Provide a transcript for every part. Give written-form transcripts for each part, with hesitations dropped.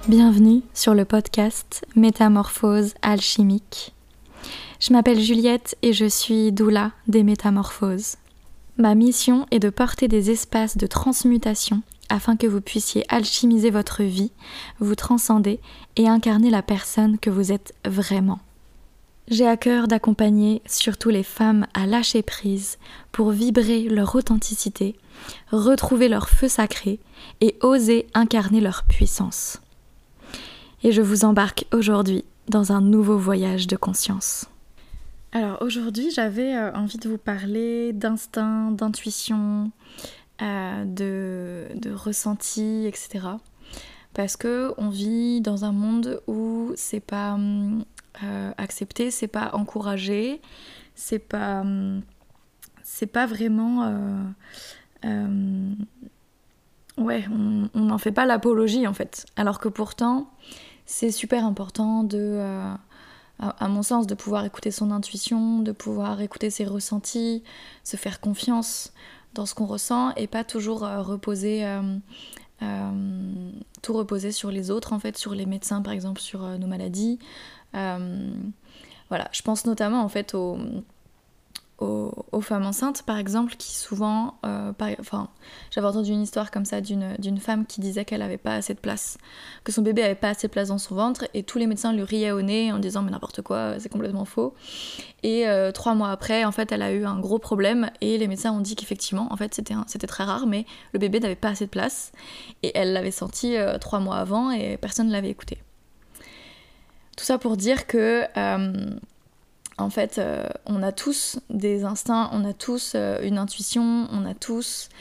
Bienvenue sur le podcast Métamorphose alchimique. Je m'appelle Juliette et je suis doula des métamorphoses. Ma mission est de porter des espaces de transmutation afin que vous puissiez alchimiser votre vie, vous transcender et incarner la personne que vous êtes vraiment. J'ai à cœur d'accompagner surtout les femmes à lâcher prise pour vibrer leur authenticité, retrouver leur feu sacré et oser incarner leur puissance. Et je vous embarque aujourd'hui dans un nouveau voyage de conscience. Alors aujourd'hui, j'avais envie de vous parler d'instinct, d'intuition, de ressenti, etc. Parce que on vit dans un monde où c'est pas accepté, c'est pas encouragé, c'est pas vraiment... on n'en fait pas l'apologie en fait. Alors que pourtant, c'est super important à mon sens, de pouvoir écouter son intuition, de pouvoir écouter ses ressentis, se faire confiance dans ce qu'on ressent et pas toujours tout reposer sur les autres en fait, sur les médecins par exemple, sur nos maladies. Voilà, je pense notamment en fait aux femmes enceintes par exemple qui souvent j'avais entendu une histoire comme ça d'une femme qui disait qu'elle avait pas assez de place, que son bébé avait pas assez de place dans son ventre et tous les médecins lui riaient au nez en disant mais n'importe quoi, c'est complètement faux. Et 3 mois après en fait elle a eu un gros problème et les médecins ont dit qu'effectivement en fait c'était très rare mais le bébé n'avait pas assez de place et elle l'avait senti 3 mois avant et personne ne l'avait écouté. Tout ça pour dire que en fait, on a tous des instincts, on a tous une intuition, on a tous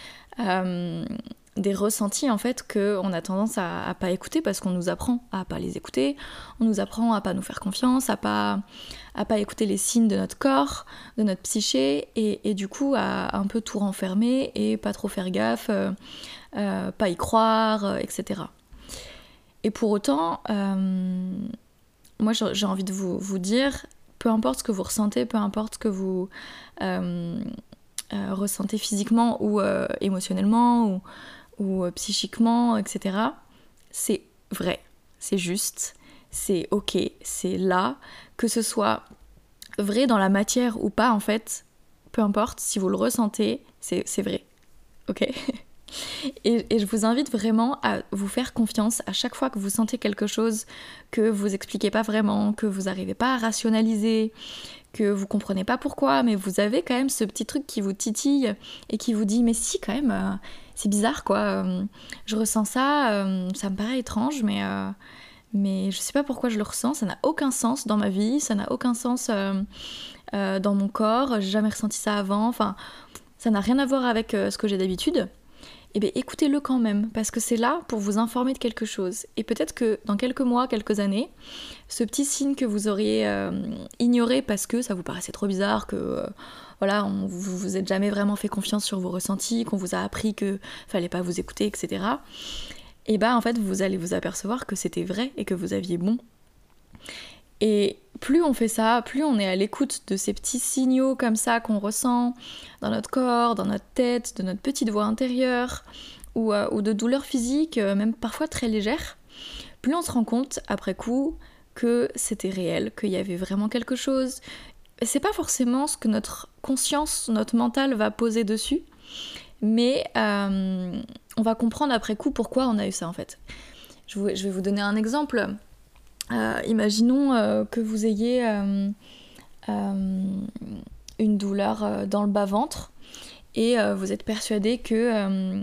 des ressentis en fait qu'on a tendance à pas écouter parce qu'on nous apprend à pas les écouter, on nous apprend à pas nous faire confiance, à pas écouter les signes de notre corps, de notre psyché et du coup à un peu tout renfermer et pas trop faire gaffe, pas y croire, etc. Et pour autant, moi j'ai envie de vous dire, peu importe ce que vous ressentez, peu importe ce que vous ressentez physiquement ou émotionnellement ou psychiquement, etc. C'est vrai, c'est juste, c'est ok, c'est là. Que ce soit vrai dans la matière ou pas, en fait, peu importe, si vous le ressentez, c'est vrai. Ok ? Et je vous invite vraiment à vous faire confiance à chaque fois que vous sentez quelque chose que vous expliquez pas vraiment, que vous n'arrivez pas à rationaliser, que vous comprenez pas pourquoi, mais vous avez quand même ce petit truc qui vous titille et qui vous dit mais si quand même, c'est bizarre quoi, je ressens ça, ça me paraît étrange mais je sais pas pourquoi je le ressens, ça n'a aucun sens dans ma vie, ça n'a aucun sens dans mon corps, j'ai jamais ressenti ça avant, enfin ça n'a rien à voir avec ce que j'ai d'habitude. Eh bien écoutez-le quand même, parce que c'est là pour vous informer de quelque chose. Et peut-être que dans quelques mois, quelques années, ce petit signe que vous auriez ignoré parce que ça vous paraissait trop bizarre, que vous vous êtes jamais vraiment fait confiance sur vos ressentis, qu'on vous a appris que fallait pas vous écouter, etc. Et ben en fait vous allez vous apercevoir que c'était vrai et que vous aviez bon. Et plus on fait ça, plus on est à l'écoute de ces petits signaux comme ça qu'on ressent dans notre corps, dans notre tête, de notre petite voix intérieure, ou de douleurs physiques, même parfois très légères, plus on se rend compte après coup que c'était réel, qu'il y avait vraiment quelque chose. C'est pas forcément ce que notre conscience, notre mental va poser dessus, mais on va comprendre après coup pourquoi on a eu ça en fait. Je vais vous donner un exemple. Imaginons que vous ayez une douleur dans le bas-ventre et vous êtes persuadé que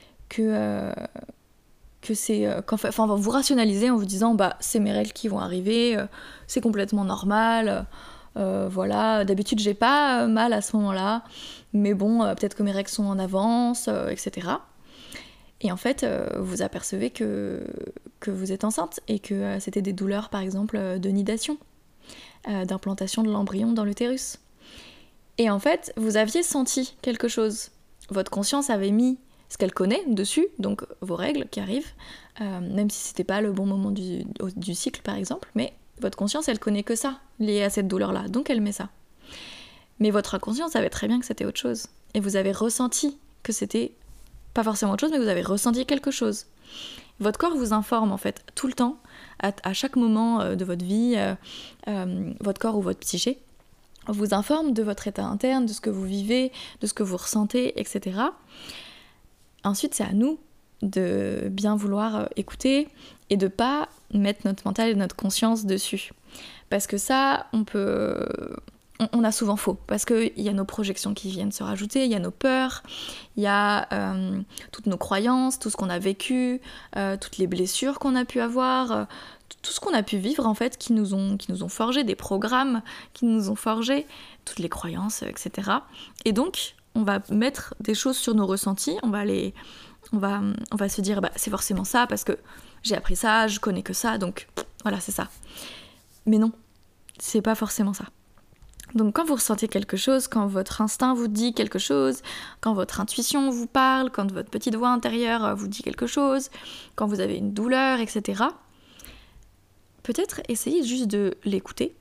c'est... vous rationalisez en vous disant bah c'est mes règles qui vont arriver, c'est complètement normal, d'habitude j'ai pas mal à ce moment-là, mais bon, peut-être que mes règles sont en avance, etc. Et en fait, vous apercevez que vous êtes enceinte et que c'était des douleurs, par exemple, de nidation, d'implantation de l'embryon dans l'utérus. Et en fait, vous aviez senti quelque chose. Votre conscience avait mis ce qu'elle connaît dessus, donc vos règles qui arrivent, même si c'était pas le bon moment du cycle, par exemple, mais votre conscience, elle connaît que ça, lié à cette douleur-là, donc elle met ça. Mais votre inconscient savait très bien que c'était autre chose. Et vous avez ressenti que c'était pas forcément autre chose, mais vous avez ressenti quelque chose. Votre corps vous informe en fait tout le temps, à chaque moment de votre vie, votre corps ou votre psyché vous informe de votre état interne, de ce que vous vivez, de ce que vous ressentez, etc. Ensuite, c'est à nous de bien vouloir écouter et de pas mettre notre mental et notre conscience dessus. Parce que ça, on a souvent faux, parce qu'il y a nos projections qui viennent se rajouter, il y a nos peurs, il y a toutes nos croyances, tout ce qu'on a vécu, toutes les blessures qu'on a pu avoir, tout ce qu'on a pu vivre en fait, qui nous ont forgé, des programmes qui nous ont forgé, toutes les croyances, etc. Et donc, on va mettre des choses sur nos ressentis, on va se dire c'est forcément ça, parce que j'ai appris ça, je connais que ça, donc voilà, c'est ça. Mais non, c'est pas forcément ça. Donc quand vous ressentez quelque chose, quand votre instinct vous dit quelque chose, quand votre intuition vous parle, quand votre petite voix intérieure vous dit quelque chose, quand vous avez une douleur, etc., peut-être essayez juste de l'écouter,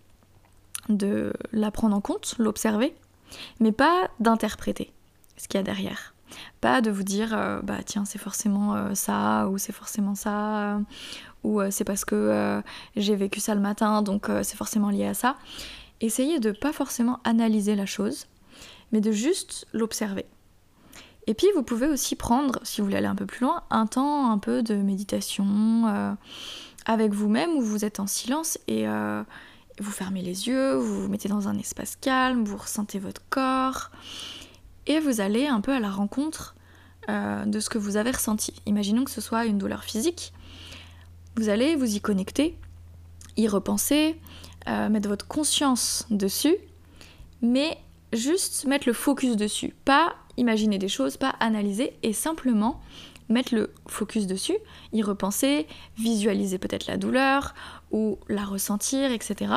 de la prendre en compte, l'observer, mais pas d'interpréter ce qu'il y a derrière. Pas de vous dire tiens, c'est forcément ça, ou c'est forcément ça, ou c'est parce que j'ai vécu ça le matin, donc c'est forcément lié à ça. Essayez de pas forcément analyser la chose, mais de juste l'observer. Et puis vous pouvez aussi prendre, si vous voulez aller un peu plus loin, un temps un peu de méditation avec vous-même, où vous êtes en silence et vous fermez les yeux, vous vous mettez dans un espace calme, vous ressentez votre corps, et vous allez un peu à la rencontre de ce que vous avez ressenti. Imaginons que ce soit une douleur physique, vous allez vous y connecter, y repenser, mettre votre conscience dessus, mais juste mettre le focus dessus, pas imaginer des choses, pas analyser, et simplement mettre le focus dessus, y repenser, visualiser peut-être la douleur ou la ressentir, etc.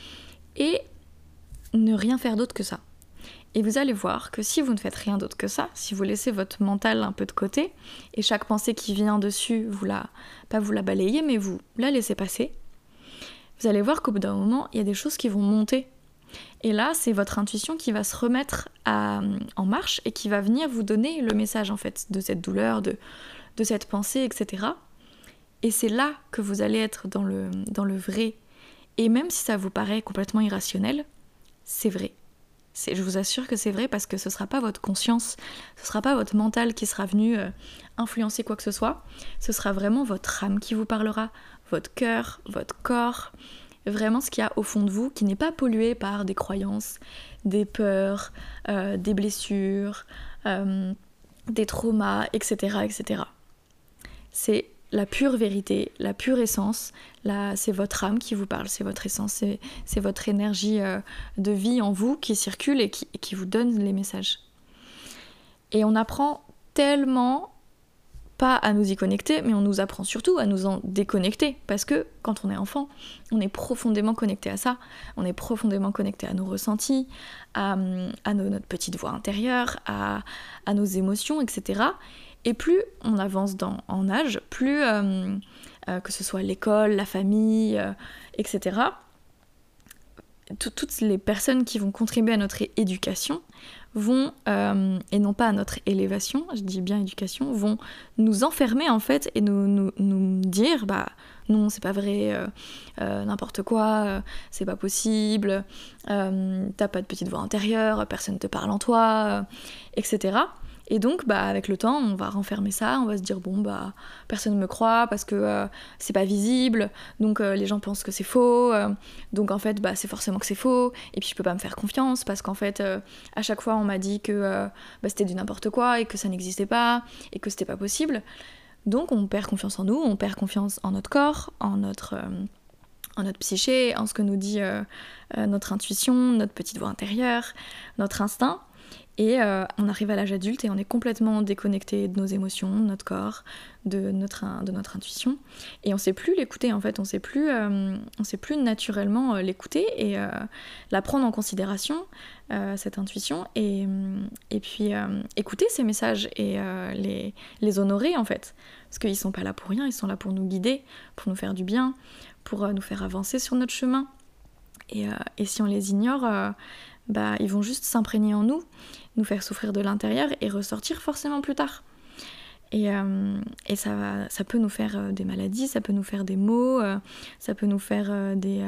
Et ne rien faire d'autre que ça. Et vous allez voir que si vous ne faites rien d'autre que ça, si vous laissez votre mental un peu de côté, et chaque pensée qui vient dessus, pas vous la balayez, mais vous la laissez passer, vous allez voir qu'au bout d'un moment, il y a des choses qui vont monter. Et là, c'est votre intuition qui va se remettre en marche et qui va venir vous donner le message en fait de cette douleur, de cette pensée, etc. Et c'est là que vous allez être dans le vrai. Et même si ça vous paraît complètement irrationnel, c'est vrai. Je vous assure que c'est vrai, parce que ce ne sera pas votre conscience, ce ne sera pas votre mental qui sera venu influencer quoi que ce soit. Ce sera vraiment votre âme qui vous parlera, votre cœur, votre corps, vraiment ce qu'il y a au fond de vous, qui n'est pas pollué par des croyances, des peurs, des blessures, des traumas, etc., etc. C'est la pure vérité, la pure essence. Là, c'est votre âme qui vous parle, c'est votre essence, c'est votre énergie de vie en vous qui circule et qui vous donne les messages. Et on apprend tellement pas à nous y connecter, mais on nous apprend surtout à nous en déconnecter, parce que quand on est enfant, on est profondément connecté à ça, on est profondément connecté à nos ressentis, à notre petite voix intérieure, à nos émotions, etc. Et plus on avance en âge, plus que ce soit l'école, la famille, etc., toutes les personnes qui vont contribuer à notre éducation vont, et non pas à notre élévation, je dis bien éducation, vont nous enfermer en fait et nous dire non, c'est pas vrai, n'importe quoi, c'est pas possible, t'as pas de petite voix intérieure, personne te parle en toi, etc. Et donc, avec le temps, on va renfermer ça, on va se dire, personne ne me croit parce que c'est pas visible, donc les gens pensent que c'est faux, donc en fait, c'est forcément que c'est faux, et puis je peux pas me faire confiance parce qu'en fait, à chaque fois, on m'a dit que c'était du n'importe quoi et que ça n'existait pas et que c'était pas possible. Donc, on perd confiance en nous, on perd confiance en notre corps, en notre psyché, en ce que nous dit notre intuition, notre petite voix intérieure, notre instinct. Et on arrive à l'âge adulte et on est complètement déconnecté de nos émotions, de notre corps, de notre intuition. Et on sait plus l'écouter en fait, on sait plus naturellement l'écouter et la prendre en considération, cette intuition, et puis écouter ces messages et les honorer en fait. Parce qu'ils sont pas là pour rien, ils sont là pour nous guider, pour nous faire du bien, pour nous faire avancer sur notre chemin. Et si on les ignore, ils vont juste s'imprégner en nous, nous faire souffrir de l'intérieur et ressortir forcément plus tard. Et ça peut nous faire des maladies, ça peut nous faire des maux, ça peut nous faire des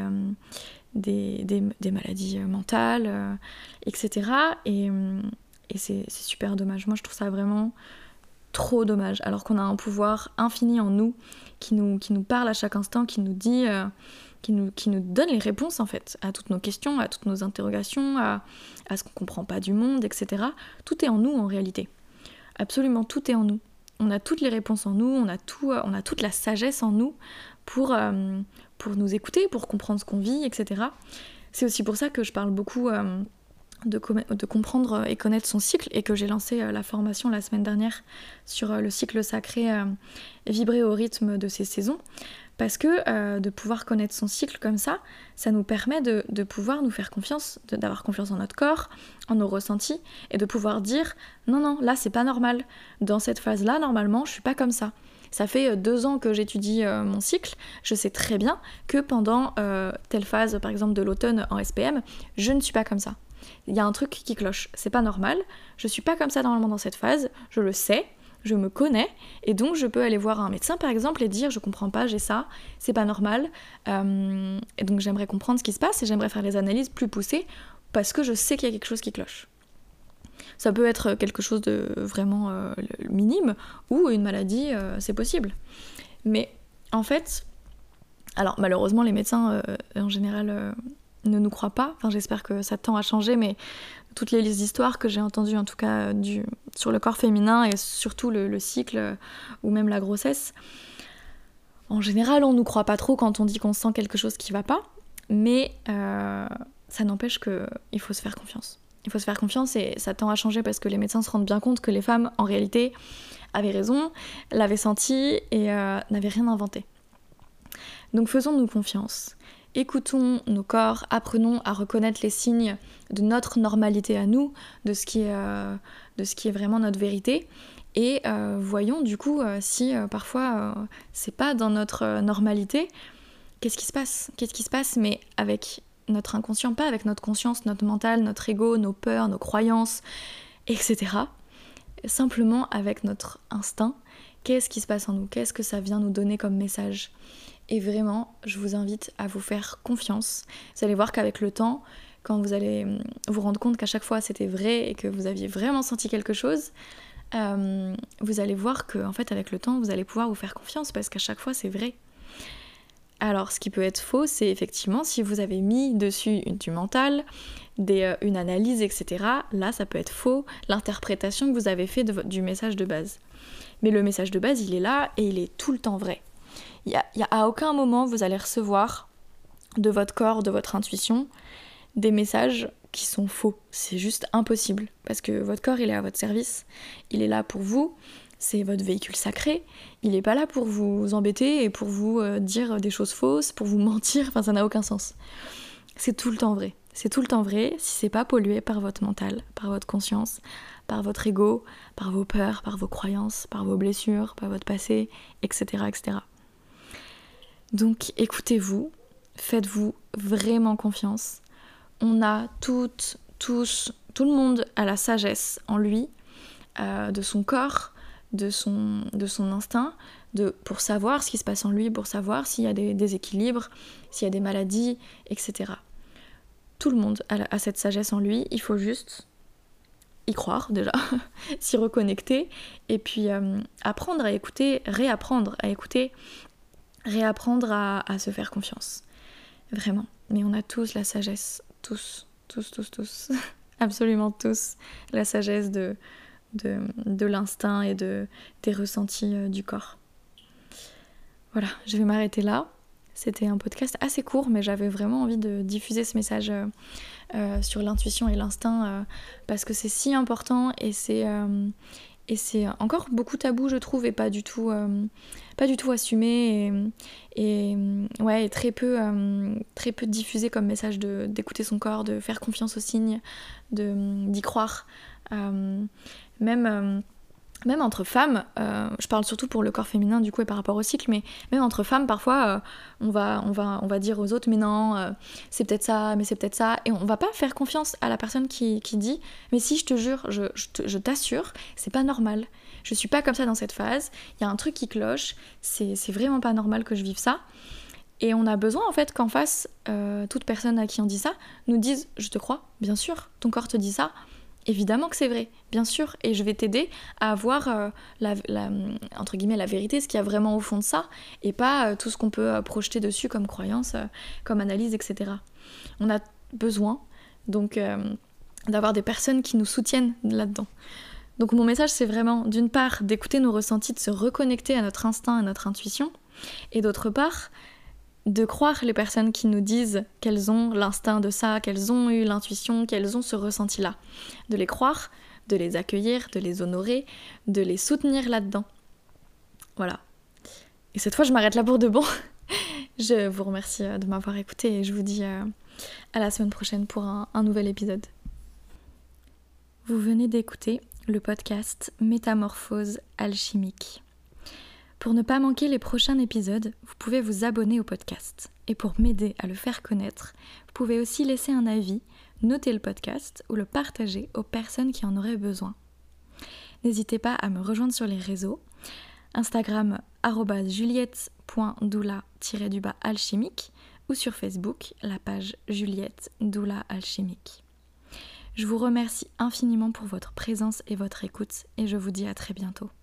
maladies mentales, etc. Et c'est super dommage. Moi, je trouve ça vraiment trop dommage. Alors qu'on a un pouvoir infini en nous, qui nous parle à chaque instant, qui nous dit, qui nous donne les réponses en fait, à toutes nos questions, à toutes nos interrogations, à ce qu'on comprend pas du monde, etc. Tout est en nous en réalité. Absolument tout est en nous. On a toutes les réponses en nous, on a toute la sagesse en nous pour nous écouter, pour comprendre ce qu'on vit, etc. C'est aussi pour ça que je parle beaucoup de comprendre et connaître son cycle, et que j'ai lancé la formation la semaine dernière sur le cycle sacré, vibrer au rythme de ses saisons, parce que de pouvoir connaître son cycle comme ça nous permet de pouvoir nous faire confiance, d'avoir confiance en notre corps, en nos ressentis, et de pouvoir dire non, là c'est pas normal, dans cette phase-là normalement je suis pas comme ça. Ça fait 2 ans que j'étudie mon cycle, je sais très bien que pendant telle phase, par exemple de l'automne en SPM, je ne suis pas comme ça. Il y a un truc qui cloche, c'est pas normal, je suis pas comme ça normalement dans cette phase, je le sais, je me connais, et donc je peux aller voir un médecin par exemple et dire je comprends pas, j'ai ça, c'est pas normal, et donc j'aimerais comprendre ce qui se passe et j'aimerais faire des analyses plus poussées parce que je sais qu'il y a quelque chose qui cloche. Ça peut être quelque chose de vraiment minime, ou une maladie, c'est possible. Mais en fait, alors malheureusement les médecins en général ne nous croient pas, enfin j'espère que ça tend à changer, mais toutes les histoires que j'ai entendues en tout cas sur le corps féminin et surtout le cycle ou même la grossesse, en général on nous croit pas trop quand on dit qu'on sent quelque chose qui va pas, mais ça n'empêche qu'il faut se faire confiance. Il faut se faire confiance, et ça tend à changer parce que les médecins se rendent bien compte que les femmes en réalité avaient raison, l'avaient senti et n'avaient rien inventé. Donc faisons-nous confiance. Écoutons nos corps, apprenons à reconnaître les signes de notre normalité à nous, de ce qui est vraiment notre vérité, et voyons du coup si parfois c'est pas dans notre normalité. Qu'est-ce qui se passe, mais avec notre inconscient, pas avec notre conscience, notre mental, notre ego, nos peurs, nos croyances, etc. Simplement avec notre instinct. Qu'est-ce qui se passe en nous? Qu'est-ce que ça vient nous donner comme message? Et vraiment, je vous invite à vous faire confiance. Vous allez voir qu'avec le temps, quand vous allez vous rendre compte qu'à chaque fois c'était vrai et que vous aviez vraiment senti quelque chose, vous allez voir qu'en fait avec le temps, vous allez pouvoir vous faire confiance parce qu'à chaque fois c'est vrai. Alors ce qui peut être faux, c'est effectivement si vous avez mis dessus du mental, une analyse, etc. Là, ça peut être faux, l'interprétation que vous avez fait du message de base. Mais le message de base, il est là et il est tout le temps vrai. Il y a à aucun moment vous allez recevoir de votre corps, de votre intuition, des messages qui sont faux. C'est juste impossible. Parce que votre corps, il est à votre service. Il est là pour vous. C'est votre véhicule sacré. Il n'est pas là pour vous embêter et pour vous dire des choses fausses, pour vous mentir. Enfin, ça n'a aucun sens. C'est tout le temps vrai. C'est tout le temps vrai si c'est pas pollué par votre mental, par votre conscience, par votre ego, par vos peurs, par vos croyances, par vos blessures, par votre passé, etc., etc. Donc écoutez-vous, faites-vous vraiment confiance. On a tout le monde a la sagesse en lui, de son corps, de son instinct, pour savoir ce qui se passe en lui, pour savoir s'il y a des déséquilibres, s'il y a des maladies, etc. Tout le monde a cette sagesse en lui, il faut juste y croire déjà, s'y reconnecter, et puis apprendre à écouter, réapprendre à écouter, réapprendre à se faire confiance. Vraiment. Mais on a tous la sagesse, tous, absolument tous, la sagesse de l'instinct et des ressentis du corps. Voilà, je vais m'arrêter là. C'était un podcast assez court, mais j'avais vraiment envie de diffuser ce message sur l'intuition et l'instinct parce que c'est si important et c'est encore beaucoup tabou, je trouve, et pas du tout assumé et très peu diffusé comme message d'écouter son corps, de faire confiance aux signes, d'y croire. Même même entre femmes, je parle surtout pour le corps féminin du coup et par rapport au cycle, mais même entre femmes parfois on va dire aux autres mais non, c'est peut-être ça, mais c'est peut-être ça, et on va pas faire confiance à la personne qui dit mais si je te jure, je t'assure, c'est pas normal, je suis pas comme ça dans cette phase, il y a un truc qui cloche, c'est vraiment pas normal que je vive ça. Et on a besoin en fait qu'en face, toute personne à qui on dit ça nous dise je te crois, bien sûr, ton corps te dit ça. Évidemment que c'est vrai, bien sûr, et je vais t'aider à voir entre guillemets la vérité, ce qu'il y a vraiment au fond de ça, et pas tout ce qu'on peut projeter dessus comme croyance, comme analyse, etc. On a besoin donc d'avoir des personnes qui nous soutiennent là-dedans. Donc mon message c'est vraiment d'une part d'écouter nos ressentis, de se reconnecter à notre instinct, à notre intuition, et d'autre part de croire les personnes qui nous disent qu'elles ont l'instinct de ça, qu'elles ont eu l'intuition, qu'elles ont ce ressenti-là. De les croire, de les accueillir, de les honorer, de les soutenir là-dedans. Voilà. Et cette fois, je m'arrête là pour de bon. Je vous remercie de m'avoir écouté et je vous dis à la semaine prochaine pour un nouvel épisode. Vous venez d'écouter le podcast Métamorphose alchimique. Pour ne pas manquer les prochains épisodes, vous pouvez vous abonner au podcast. Et pour m'aider à le faire connaître, vous pouvez aussi laisser un avis, noter le podcast ou le partager aux personnes qui en auraient besoin. N'hésitez pas à me rejoindre sur les réseaux, Instagram @juliette.doula-alchimique ou sur Facebook, la page Juliette Doula Alchimique. Je vous remercie infiniment pour votre présence et votre écoute et je vous dis à très bientôt.